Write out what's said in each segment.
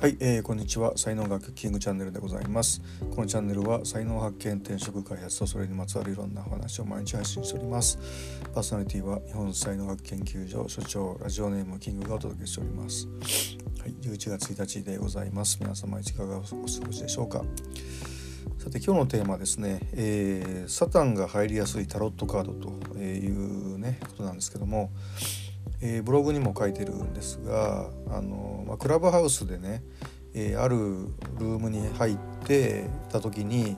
はい、こんにちは。才能学キングチャンネルでございます。このチャンネルは才能発見、転職開発とそれにまつわるいろんなお話を毎日配信しております。パーソナリティは日本才能学研究所所長ラジオネームキングがお届けしております。はい、11月1日でございます。皆様いかがお過ごしでしょうか。さて今日のテーマはですね、サタンが入りやすいタロットカードというねことなんですけども、ブログにも書いてるんですが、クラブハウスでね、あるルームに入ってた時に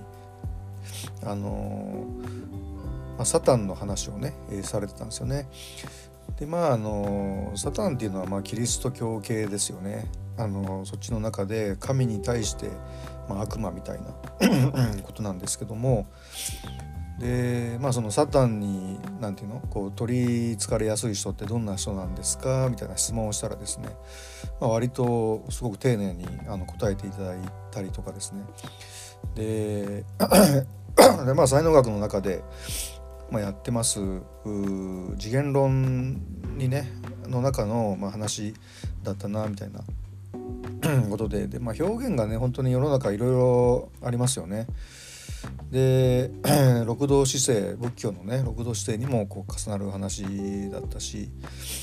サタンの話をね、されてたんですよね。でサタンっていうのはキリスト教系ですよね。そっちの中で神に対して、悪魔みたいなことなんですけども、でそのサタンになんていうのこう取りつかれやすい人ってどんな人なんですかみたいな質問をしたらですね、割とすごく丁寧に答えていただいたりとかですね。で才能学の中で、やってます次元論にねの中の、話だったなみたいなことで、表現がね本当に世の中いろいろありますよね。で六道四聖、仏教のね六道四聖にもこう重なる話だったし、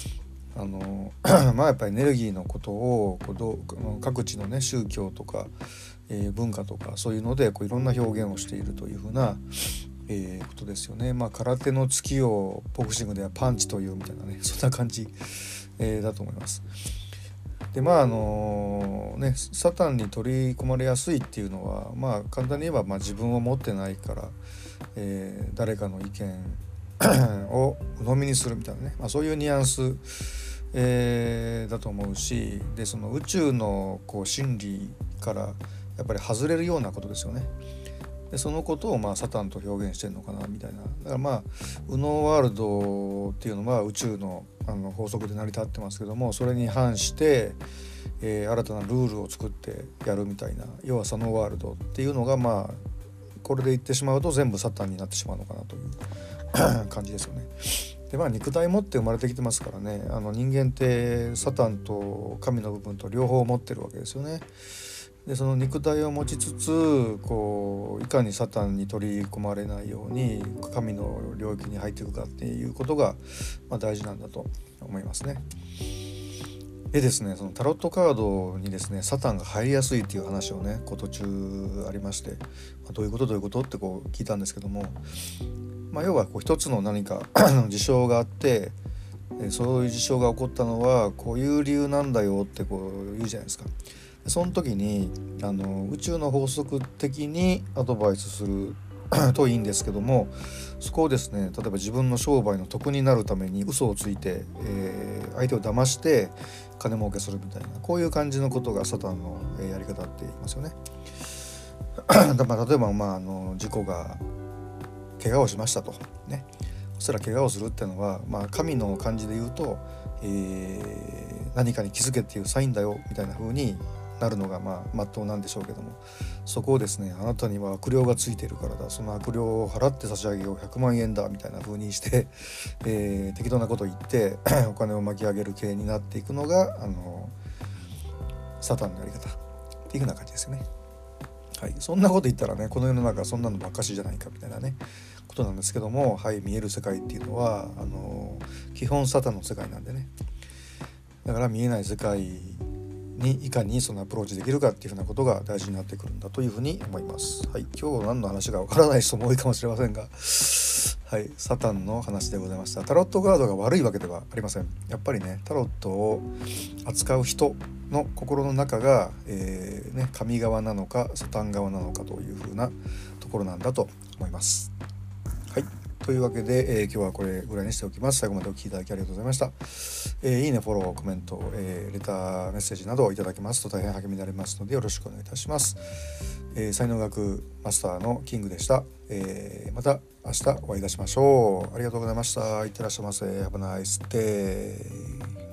やっぱりエネルギーのことを各地のね宗教とか、文化とかそういうのでいろんな表現をしているというふうな、ことですよね。空手の突きをボクシングではパンチというみたいなね、そんな感じ、だと思います。でサタンに取り込まれやすいっていうのは、簡単に言えば、自分を持ってないから、誰かの意見を鵜呑みにするみたいなね、そういうニュアンス、だと思うし、でその宇宙の真理からやっぱり外れるようなことですよね。でそのことをサタンと表現してるのかなみたいな。だから右脳ワールドっていうのは宇宙の法則で成り立ってますけども、それに反して、新たなルールを作ってやるみたいな、要は左脳ワールドっていうのがこれで言ってしまうと全部サタンになってしまうのかなという感じですよね。で肉体持って生まれてきてますからね、人間ってサタンと神の部分と両方持ってるわけですよね。でその肉体を持ちつついかにサタンに取り込まれないように神の領域に入っていくかっていうことが、大事なんだと思いますね。でですね、そのタロットカードにですねサタンが入りやすいっていう話をね途中ありまして、どういうことって聞いたんですけども、要は一つの何か事象があって、そういう事象が起こったのはこういう理由なんだよって言うじゃないですか。その時に宇宙の法則的にアドバイスするといいんですけども、そこをですね例えば自分の商売の得になるために嘘をついて、相手を騙して金儲けするみたいな、こういう感じのことがサタンのやり方って言いますよね。例えば事故が怪我をしましたとね。そしたら怪我をするっていうのは、神の漢字で言うと、何かに気づけっていうサインだよみたいな風になるのが真っ当なんでしょうけども、そこをですねあなたには悪霊がついているからだ、その悪霊を払って差し上げよう100万円だみたいな風にして、適当なことを言ってお金を巻き上げる系になっていくのがサタンのやり方っていう風な感じですよね。はい、そんなこと言ったらねこの世の中そんなのばっかしじゃないかみたいなねことなんですけども、見える世界っていうのは基本サタンの世界なんでね、だから見えない世界にいかにそのアプローチできるかっていうふうなことが大事になってくるんだというふうに思います。はい、今日何の話かわからない人も多いかもしれませんが、サタンの話でございました。タロットカードが悪いわけではありません。やっぱりねタロットを扱う人の心の中が、神側なのかサタン側なのかというふうなところなんだと思います。はい、というわけで、今日はこれぐらいにしておきます。最後までお聞きいただきありがとうございました。いいね、フォロー、コメント、レター、メッセージなどをいただけますと大変励みになりますのでよろしくお願いいたします。才能学マスターのキングでした。また明日お会いいたしましょう。ありがとうございました。いってらっしゃいませ。Have a nice day.